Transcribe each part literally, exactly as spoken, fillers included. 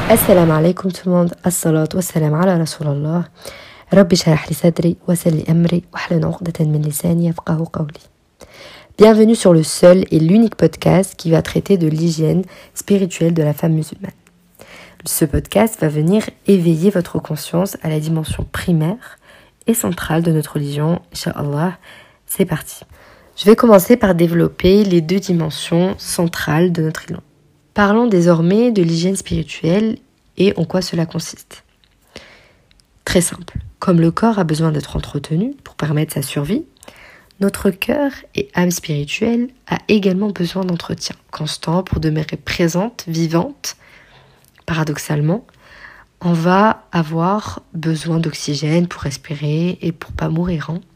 السلام عليكم tout le monde. الصلاة والسلام على رسول الله. ربي اشرح لي صدري ويسر لي أمري واحلل عقدة من لساني يفقهوا قولي. Bienvenue sur le seul et l'unique podcast qui va traiter de l'hygiène spirituelle de la femme musulmane. Ce podcast va venir éveiller votre conscience à la dimension primaire et centrale de notre religion. Inch'Allah, c'est parti. Je vais commencer par développer les deux dimensions centrales de notre religion. Parlons désormais de l'hygiène spirituelle et en quoi cela consiste. Très simple. Comme le corps a besoin d'être entretenu pour permettre sa survie, notre cœur et âme spirituelle a également besoin d'entretien constant pour demeurer présente, vivante. Paradoxalement, on va avoir besoin d'oxygène pour respirer et pour pas mourir. Hein.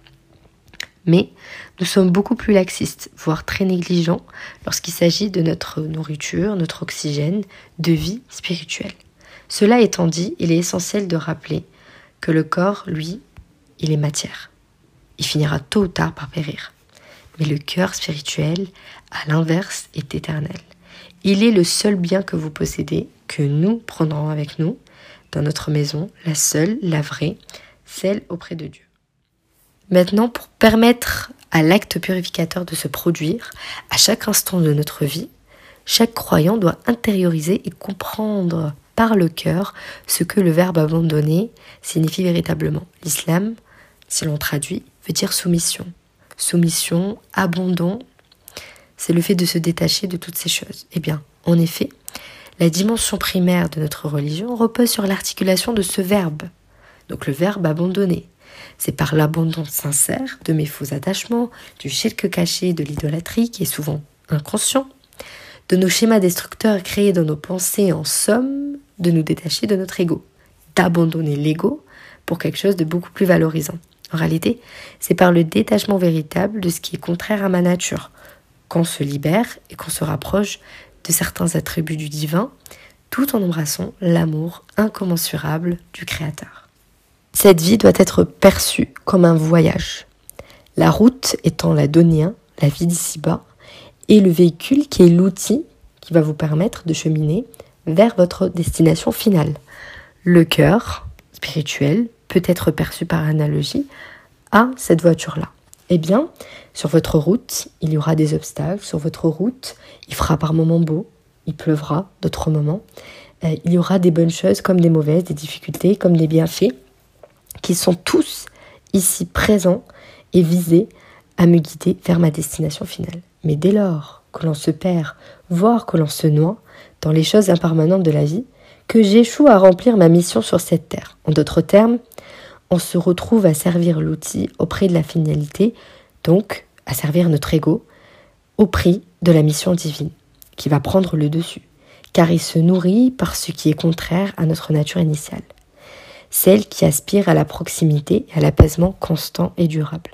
Mais nous sommes beaucoup plus laxistes, voire très négligents lorsqu'il s'agit de notre nourriture, notre oxygène, de vie spirituelle. Cela étant dit, il est essentiel de rappeler que le corps, lui, il est matière. Il finira tôt ou tard par périr. Mais le cœur spirituel, à l'inverse, est éternel. Il est le seul bien que vous possédez, que nous prendrons avec nous dans notre maison, la seule, la vraie, celle auprès de Dieu. Maintenant, pour permettre à l'acte purificateur de se produire à chaque instant de notre vie, chaque croyant doit intérioriser et comprendre par le cœur ce que le verbe abandonner signifie véritablement. L'islam, si l'on traduit, veut dire soumission. Soumission, abandon, c'est le fait de se détacher de toutes ces choses. Eh bien, en effet, la dimension primaire de notre religion repose sur l'articulation de ce verbe. Donc le verbe abandonner. C'est par l'abandon sincère de mes faux attachements, du shirk caché, de l'idolâtrie qui est souvent inconscient, de nos schémas destructeurs créés dans nos pensées, en somme, de nous détacher de notre ego, d'abandonner l'ego pour quelque chose de beaucoup plus valorisant. En réalité, c'est par le détachement véritable de ce qui est contraire à ma nature qu'on se libère et qu'on se rapproche de certains attributs du divin, tout en embrassant l'amour incommensurable du Créateur. Cette vie doit être perçue comme un voyage. La route étant la dunya, la vie d'ici-bas, et le véhicule qui est l'outil qui va vous permettre de cheminer vers votre destination finale. Le cœur spirituel peut être perçu par analogie à cette voiture-là. Eh bien, sur votre route, il y aura des obstacles. Sur votre route, il fera par moments beau, il pleuvra d'autres moments. Euh, il y aura des bonnes choses comme des mauvaises, des difficultés comme des bienfaits, qui sont tous ici présents et visés à me guider vers ma destination finale. Mais dès lors que l'on se perd, voire que l'on se noie dans les choses impermanentes de la vie, que j'échoue à remplir ma mission sur cette terre. En d'autres termes, on se retrouve à servir l'outil auprès de la finalité, donc à servir notre ego au prix de la mission divine, qui va prendre le dessus, car il se nourrit par ce qui est contraire à notre nature initiale. Celle qui aspire à la proximité et à l'apaisement constant et durable.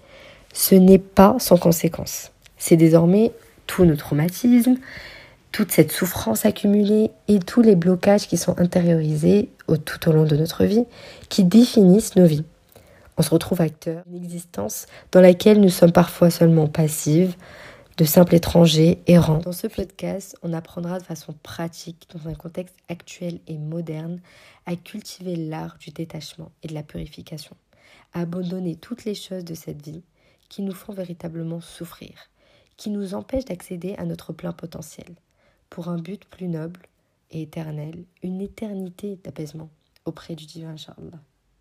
Ce n'est pas sans conséquence. C'est désormais tous nos traumatismes, toute cette souffrance accumulée et tous les blocages qui sont intériorisés au, tout au long de notre vie qui définissent nos vies. On se retrouve acteur d'une existence dans laquelle nous sommes parfois seulement passives, de simples étrangers errants. Dans ce podcast, on apprendra de façon pratique, dans un contexte actuel et moderne, à cultiver l'art du détachement et de la purification, à abandonner toutes les choses de cette vie qui nous font véritablement souffrir, qui nous empêchent d'accéder à notre plein potentiel, pour un but plus noble et éternel, une éternité d'apaisement auprès du divin, Inch'Allah.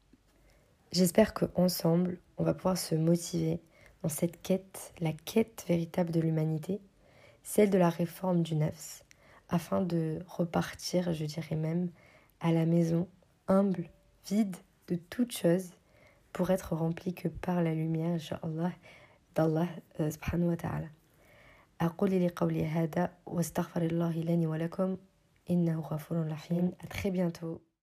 J'espère qu'ensemble, on va pouvoir se motiver dans cette quête, la quête véritable de l'humanité, celle de la réforme du nafs, afin de repartir, je dirais même, à la maison, humble, vide de toute chose, pour être rempli que par la lumière, Inch'Allah, d'Allah euh, subhanahu wa ta'ala. أقول لقولي هذا واستغفر الله لي ولكم إنه غفور رحيم. À très bientôt.